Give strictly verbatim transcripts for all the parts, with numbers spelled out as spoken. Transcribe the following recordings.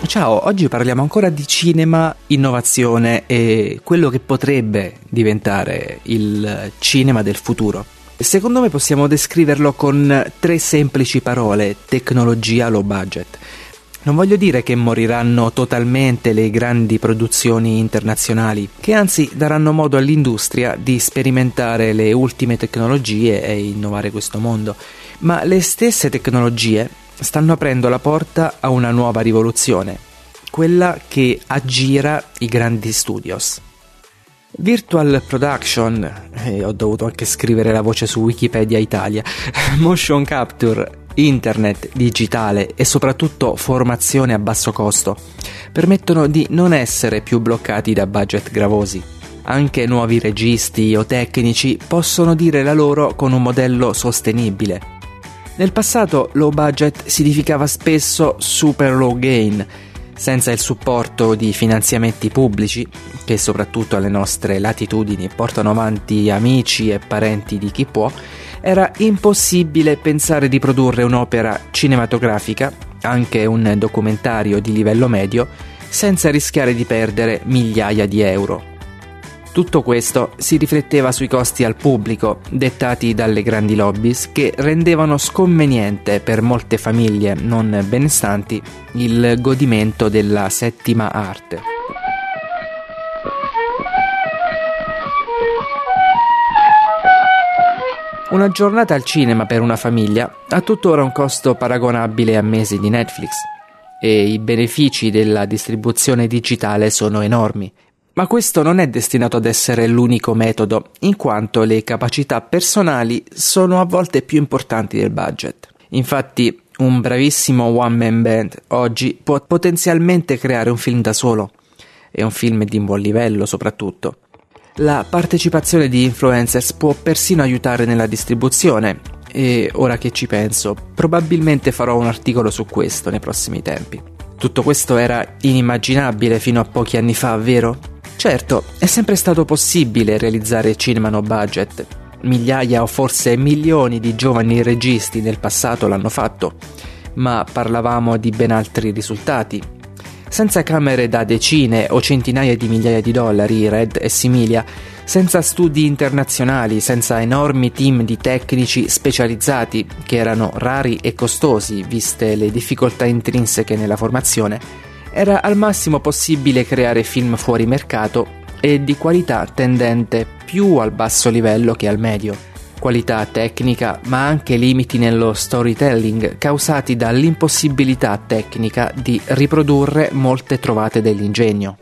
Ciao, oggi parliamo ancora di cinema, innovazione e quello che potrebbe diventare il cinema del futuro. Secondo me possiamo descriverlo con tre semplici parole: tecnologia low budget. Non voglio dire che moriranno totalmente le grandi produzioni internazionali, che anzi daranno modo all'industria di sperimentare le ultime tecnologie e innovare questo mondo, ma le stesse tecnologie stanno aprendo la porta a una nuova rivoluzione, quella che aggira i grandi studios. Virtual production, e ho dovuto anche scrivere la voce su Wikipedia Italia, motion capture, internet, digitale e soprattutto formazione a basso costo permettono di non essere più bloccati da budget gravosi. Anche nuovi registi o tecnici possono dire la loro con un modello sostenibile. Nel passato low budget significava spesso super low gain, senza il supporto di finanziamenti pubblici, che soprattutto alle nostre latitudini portano avanti amici e parenti di chi può. Era impossibile pensare di produrre un'opera cinematografica, anche un documentario di livello medio, senza rischiare di perdere migliaia di euro. Tutto questo si rifletteva sui costi al pubblico, dettati dalle grandi lobbies, che rendevano sconveniente per molte famiglie non benestanti il godimento della settima arte. Una giornata al cinema per una famiglia ha tuttora un costo paragonabile a mesi di Netflix e i benefici della distribuzione digitale sono enormi. Ma questo non è destinato ad essere l'unico metodo, in quanto le capacità personali sono a volte più importanti del budget. Infatti, un bravissimo one-man band oggi può potenzialmente creare un film da solo, e un film di buon livello soprattutto. La partecipazione di influencers può persino aiutare nella distribuzione, e ora che ci penso, probabilmente farò un articolo su questo nei prossimi tempi. Tutto questo era inimmaginabile fino a pochi anni fa, vero? Certo, è sempre stato possibile realizzare cinema no budget. Migliaia o forse milioni di giovani registi nel passato l'hanno fatto, ma parlavamo di ben altri risultati. Senza camere da decine o centinaia di migliaia di dollari, Red e Similia, senza studi internazionali, senza enormi team di tecnici specializzati che erano rari e costosi, viste le difficoltà intrinseche nella formazione, era al massimo possibile creare film fuori mercato e di qualità tendente più al basso livello che al medio. Qualità tecnica, ma anche limiti nello storytelling causati dall'impossibilità tecnica di riprodurre molte trovate dell'ingegno.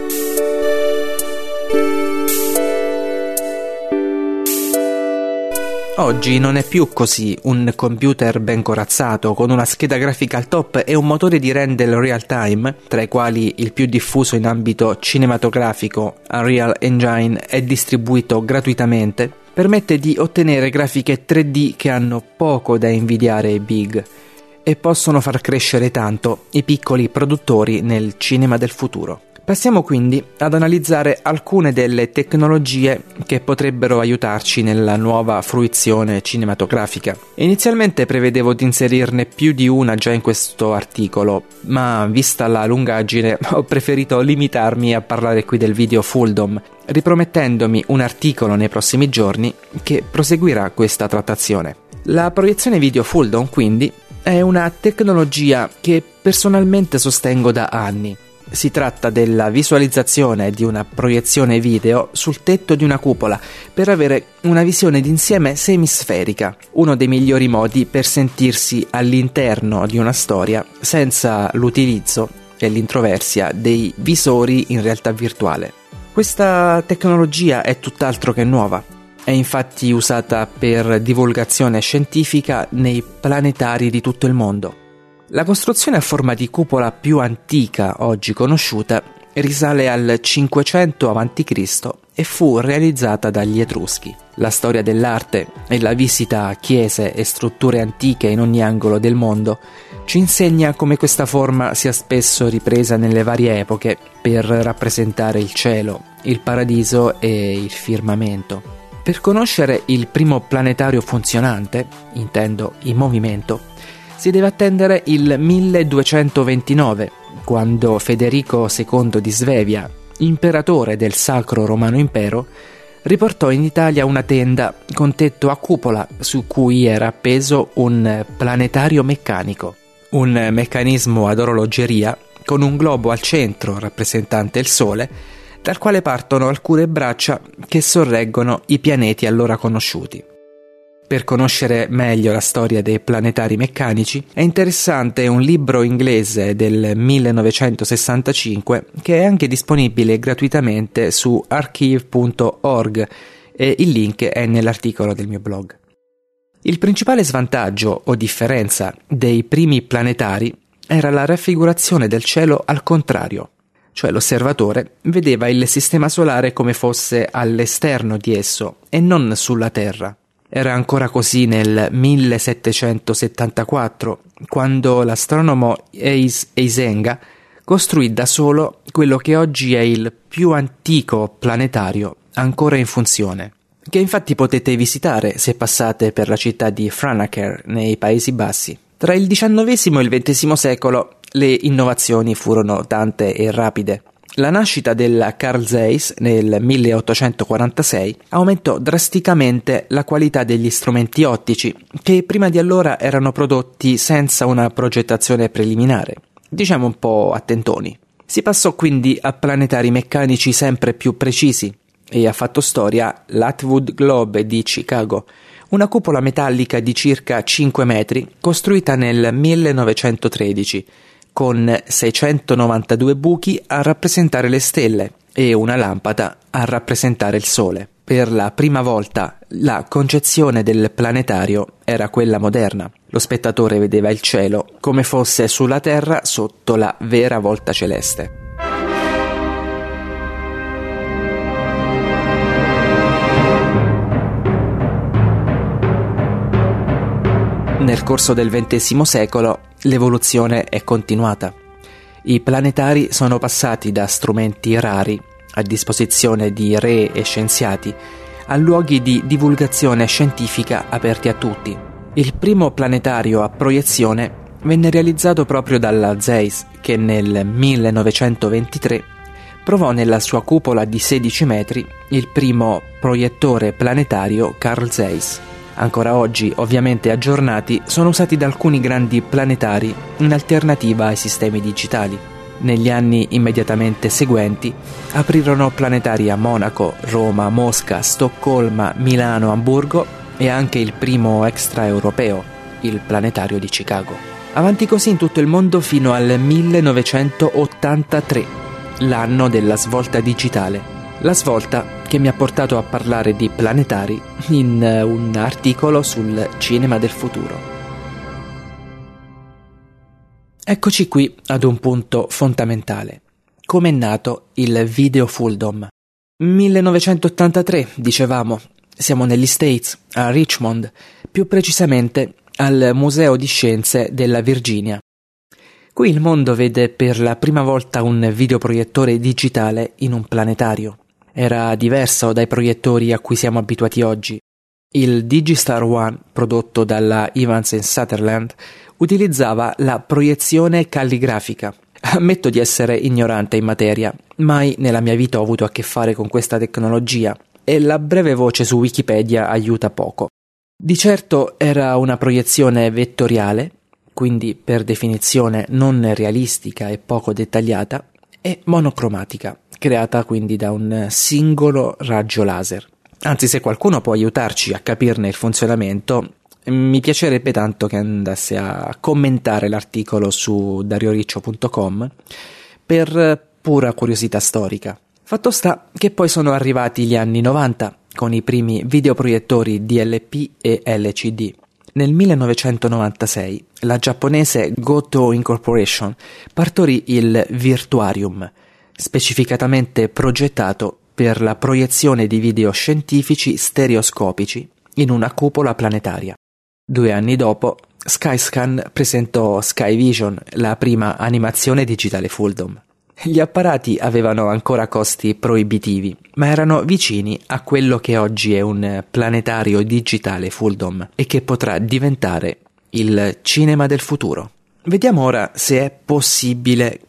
Oggi non è più così. Un computer ben corazzato, con una scheda grafica al top e un motore di render real time, tra i quali il più diffuso in ambito cinematografico, Unreal Engine, è distribuito gratuitamente, permette di ottenere grafiche tre D che hanno poco da invidiare ai big e possono far crescere tanto i piccoli produttori nel cinema del futuro. Passiamo quindi ad analizzare alcune delle tecnologie che potrebbero aiutarci nella nuova fruizione cinematografica. Inizialmente prevedevo di inserirne più di una già in questo articolo, ma vista la lungaggine ho preferito limitarmi a parlare qui del video Fulldom, ripromettendomi un articolo nei prossimi giorni che proseguirà questa trattazione. La proiezione video Fulldom, quindi, è una tecnologia che personalmente sostengo da anni. Si tratta della visualizzazione di una proiezione video sul tetto di una cupola per avere una visione d'insieme semisferica, uno dei migliori modi per sentirsi all'interno di una storia senza l'utilizzo e l'introversia dei visori in realtà virtuale. Questa tecnologia è tutt'altro che nuova. È infatti usata per divulgazione scientifica nei planetari di tutto il mondo. La costruzione a forma di cupola più antica oggi conosciuta risale al cinquecento avanti Cristo e fu realizzata dagli Etruschi. La storia dell'arte e la visita a chiese e strutture antiche in ogni angolo del mondo ci insegna come questa forma sia spesso ripresa nelle varie epoche per rappresentare il cielo, il paradiso e il firmamento. Per conoscere il primo planetario funzionante, intendo in movimento, si deve attendere il milleduecentoventinove, quando Federico secondo di Svevia, imperatore del Sacro Romano Impero, riportò in Italia una tenda con tetto a cupola su cui era appeso un planetario meccanico, un meccanismo ad orologeria con un globo al centro rappresentante il Sole, dal quale partono alcune braccia che sorreggono i pianeti allora conosciuti. Per conoscere meglio la storia dei planetari meccanici è interessante un libro inglese del millenovecentosessantacinque che è anche disponibile gratuitamente su archive punto org e il link è nell'articolo del mio blog. Il principale svantaggio o differenza dei primi planetari era la raffigurazione del cielo al contrario, cioè l'osservatore vedeva il sistema solare come fosse all'esterno di esso e non sulla Terra. Era ancora così nel millesettecentosettantaquattro, quando l'astronomo Eis Eisenga costruì da solo quello che oggi è il più antico planetario ancora in funzione, che infatti potete visitare se passate per la città di Franeker nei Paesi Bassi. Tra il diciannovesimo e il ventesimo secolo le innovazioni furono tante e rapide. La nascita della Carl Zeiss nel milleottocentoquarantasei aumentò drasticamente la qualità degli strumenti ottici che prima di allora erano prodotti senza una progettazione preliminare, diciamo un po' a tentoni. Si passò quindi a planetari meccanici sempre più precisi e ha fatto storia l'Atwood Globe di Chicago, una cupola metallica di circa cinque metri costruita nel millenovecentotredici con seicentonovantadue buchi a rappresentare le stelle e una lampada a rappresentare il Sole. Per la prima volta la concezione del planetario era quella moderna. Lo spettatore vedeva il cielo come fosse sulla Terra sotto la vera volta celeste. Nel corso del ventesimo secolo l'evoluzione è continuata. I planetari sono passati da strumenti rari, a disposizione di re e scienziati, a luoghi di divulgazione scientifica aperti a tutti. Il primo planetario a proiezione venne realizzato proprio dalla Zeiss, che nel millenovecentoventitré provò nella sua cupola di sedici metri il primo proiettore planetario Carl Zeiss. Ancora oggi, ovviamente aggiornati, sono usati da alcuni grandi planetari in alternativa ai sistemi digitali. Negli anni immediatamente seguenti aprirono planetari a Monaco, Roma, Mosca, Stoccolma, Milano, Amburgo e anche il primo extraeuropeo, il planetario di Chicago. Avanti così in tutto il mondo fino al millenovecentottantatré, l'anno della svolta digitale. La svolta che mi ha portato a parlare di planetari in un articolo sul cinema del futuro. Eccoci qui ad un punto fondamentale. Come è nato il Videofuldom? millenovecentottantatré, dicevamo, siamo negli States, a Richmond, più precisamente al Museo di Scienze della Virginia. Qui il mondo vede per la prima volta un videoproiettore digitale in un planetario. Era diverso dai proiettori a cui siamo abituati oggi. Il Digistar One, prodotto dalla Evans and Sutherland, utilizzava la proiezione calligrafica. Ammetto di essere ignorante in materia, mai nella mia vita ho avuto a che fare con questa tecnologia e la breve voce su Wikipedia aiuta poco. Di certo era una proiezione vettoriale, quindi per definizione non realistica e poco dettagliata, e monocromatica, creata quindi da un singolo raggio laser. Anzi, se qualcuno può aiutarci a capirne il funzionamento, mi piacerebbe tanto che andasse a commentare l'articolo su dario riccio punto com per pura curiosità storica. Fatto sta che poi sono arrivati gli anni novanta con i primi videoproiettori D L P e L C D. Nel millenovecentonovantasei la giapponese Goto Incorporation partorì il Virtuarium, specificatamente progettato per la proiezione di video scientifici stereoscopici in una cupola planetaria. Due anni dopo, Skyscan presentò Skyvision, la prima animazione digitale Fulldom. Gli apparati avevano ancora costi proibitivi, ma erano vicini a quello che oggi è un planetario digitale Fulldom e che potrà diventare il cinema del futuro. Vediamo ora se è possibile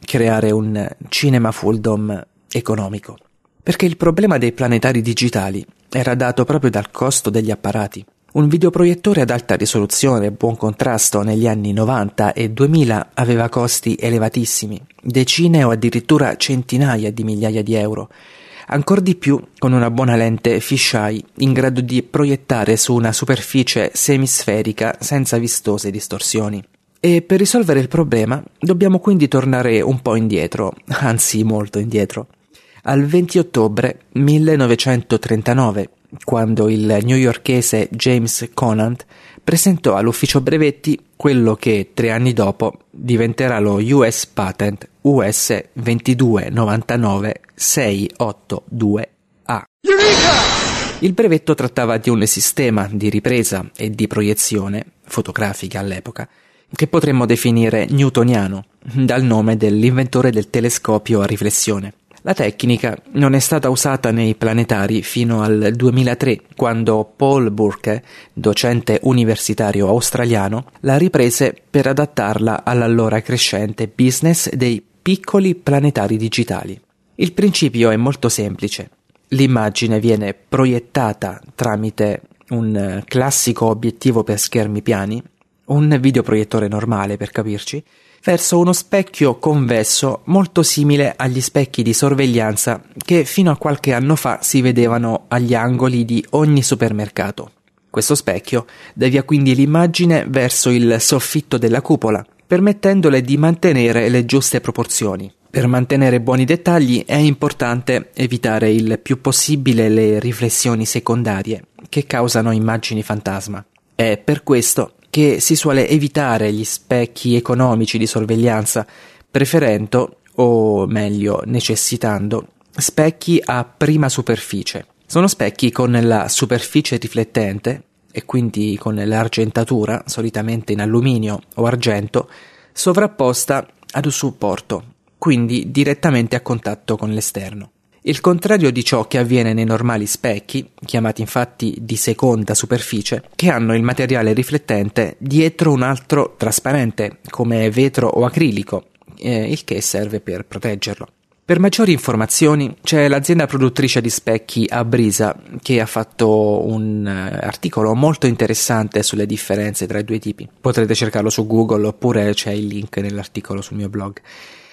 creare un cinema fulldom economico. Perché il problema dei planetari digitali era dato proprio dal costo degli apparati. Un videoproiettore ad alta risoluzione e buon contrasto negli anni novanta e duemila aveva costi elevatissimi, decine o addirittura centinaia di migliaia di euro, ancor di più con una buona lente fisheye in grado di proiettare su una superficie semisferica senza vistose distorsioni. E per risolvere il problema dobbiamo quindi tornare un po' indietro, anzi molto indietro, al venti ottobre millenovecentotrentanove, quando il newyorkese James Conant presentò all'ufficio brevetti quello che tre anni dopo diventerà lo U S Patent U S ventidue novantanove sei otto due A. Eureka! Il brevetto trattava di un sistema di ripresa e di proiezione fotografica all'epoca che potremmo definire newtoniano, dal nome dell'inventore del telescopio a riflessione. La tecnica non è stata usata nei planetari fino al duemilatré, quando Paul Burke, docente universitario australiano, la riprese per adattarla all'allora crescente business dei piccoli planetari digitali. Il principio è molto semplice. L'immagine viene proiettata tramite un classico obiettivo per schermi piani, un videoproiettore normale per capirci, verso uno specchio convesso molto simile agli specchi di sorveglianza che fino a qualche anno fa si vedevano agli angoli di ogni supermercato. Questo specchio devia quindi l'immagine verso il soffitto della cupola, permettendole di mantenere le giuste proporzioni. Per mantenere buoni dettagli è importante evitare il più possibile le riflessioni secondarie che causano immagini fantasma. È per questo che si suole evitare gli specchi economici di sorveglianza, preferendo, o meglio necessitando, specchi a prima superficie. Sono specchi con la superficie riflettente, e quindi con l'argentatura, solitamente in alluminio o argento, sovrapposta ad un supporto, quindi direttamente a contatto con l'esterno. Il contrario di ciò che avviene nei normali specchi, chiamati infatti di seconda superficie, che hanno il materiale riflettente dietro un altro trasparente, come vetro o acrilico, eh, il che serve per proteggerlo. Per maggiori informazioni c'è l'azienda produttrice di specchi Abrisa, che ha fatto un articolo molto interessante sulle differenze tra i due tipi. Potrete cercarlo su Google oppure c'è il link nell'articolo sul mio blog.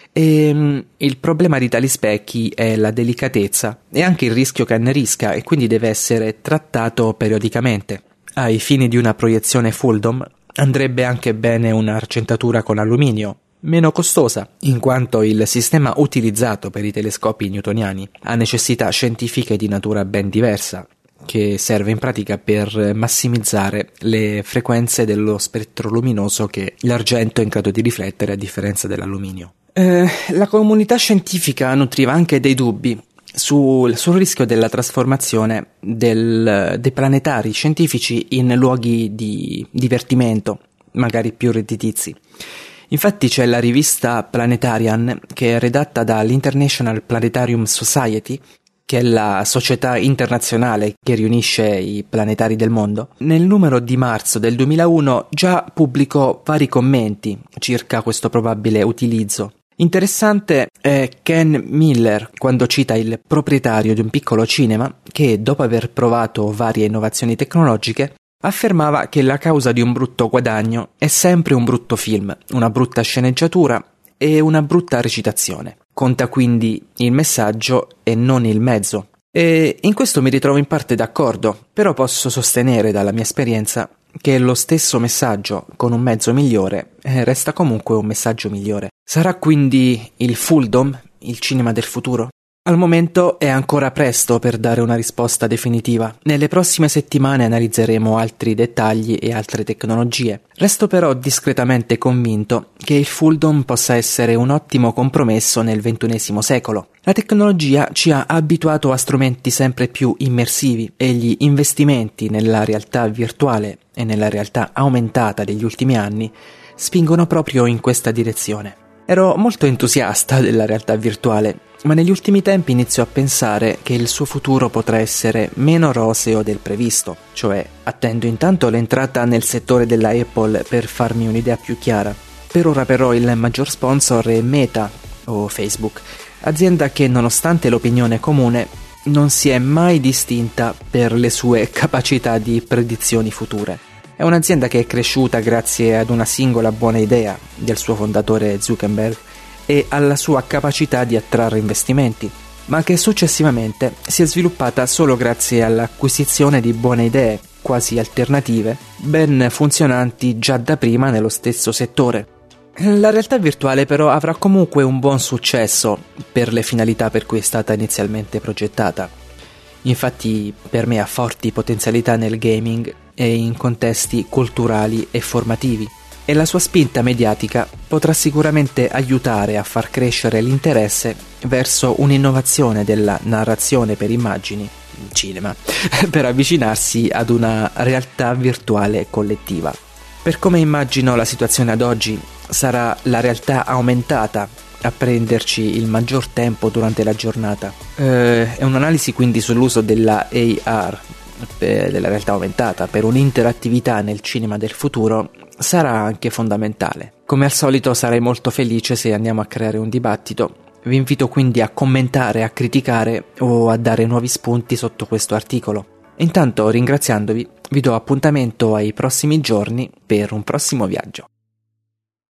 E, il problema di tali specchi è la delicatezza e anche il rischio che annerisca e quindi deve essere trattato periodicamente. Ai fini di una proiezione fulldom andrebbe anche bene un'argentatura con alluminio, meno costosa, in quanto il sistema utilizzato per i telescopi newtoniani ha necessità scientifiche di natura ben diversa, che serve in pratica per massimizzare le frequenze dello spettro luminoso che l'argento è in grado di riflettere a differenza dell'alluminio. Eh, la comunità scientifica nutriva anche dei dubbi sul, sul rischio della trasformazione del, dei planetari scientifici in luoghi di divertimento, magari più redditizi. Infatti c'è la rivista Planetarian, che è redatta dall'International Planetarium Society, che è la società internazionale che riunisce i planetari del mondo. Nel numero di marzo del duemilauno già pubblicò vari commenti circa questo probabile utilizzo. Interessante è Ken Miller quando cita il proprietario di un piccolo cinema che, dopo aver provato varie innovazioni tecnologiche, affermava che la causa di un brutto guadagno è sempre un brutto film, una brutta sceneggiatura e una brutta recitazione. Conta quindi il messaggio e non il mezzo. E in questo mi ritrovo in parte d'accordo, però posso sostenere dalla mia esperienza che lo stesso messaggio con un mezzo migliore eh, resta comunque un messaggio migliore. Sarà quindi il fulldom il cinema del futuro? Al momento è ancora presto per dare una risposta definitiva. Nelle prossime settimane analizzeremo altri dettagli e altre tecnologie. Resto però discretamente convinto che il fulldom possa essere un ottimo compromesso nel ventunesimo secolo. La tecnologia ci ha abituato a strumenti sempre più immersivi e gli investimenti nella realtà virtuale e nella realtà aumentata degli ultimi anni spingono proprio in questa direzione. Ero molto entusiasta della realtà virtuale, ma negli ultimi tempi inizio a pensare che il suo futuro potrà essere meno roseo del previsto, cioè attendo intanto l'entrata nel settore della Apple per farmi un'idea più chiara. Per ora però il maggior sponsor è Meta, o Facebook, azienda che nonostante l'opinione comune non si è mai distinta per le sue capacità di predizioni future. È un'azienda che è cresciuta grazie ad una singola buona idea del suo fondatore Zuckerberg e alla sua capacità di attrarre investimenti, ma che successivamente si è sviluppata solo grazie all'acquisizione di buone idee, quasi alternative, ben funzionanti già da prima nello stesso settore. La realtà virtuale però avrà comunque un buon successo per le finalità per cui è stata inizialmente progettata. Infatti per me ha forti potenzialità nel gaming e in contesti culturali e formativi, e la sua spinta mediatica potrà sicuramente aiutare a far crescere l'interesse verso un'innovazione della narrazione per immagini, cinema, per avvicinarsi ad una realtà virtuale collettiva. Per come immagino la situazione ad oggi, sarà la realtà aumentata a prenderci il maggior tempo durante la giornata. Eh, è un'analisi quindi sull'uso della A R, eh, della realtà aumentata, per un'interattività nel cinema del futuro sarà anche fondamentale. Come al solito sarei molto felice se andiamo a creare un dibattito. Vi invito quindi a commentare, a criticare o a dare nuovi spunti sotto questo articolo. Intanto, ringraziandovi, vi do appuntamento ai prossimi giorni per un prossimo viaggio.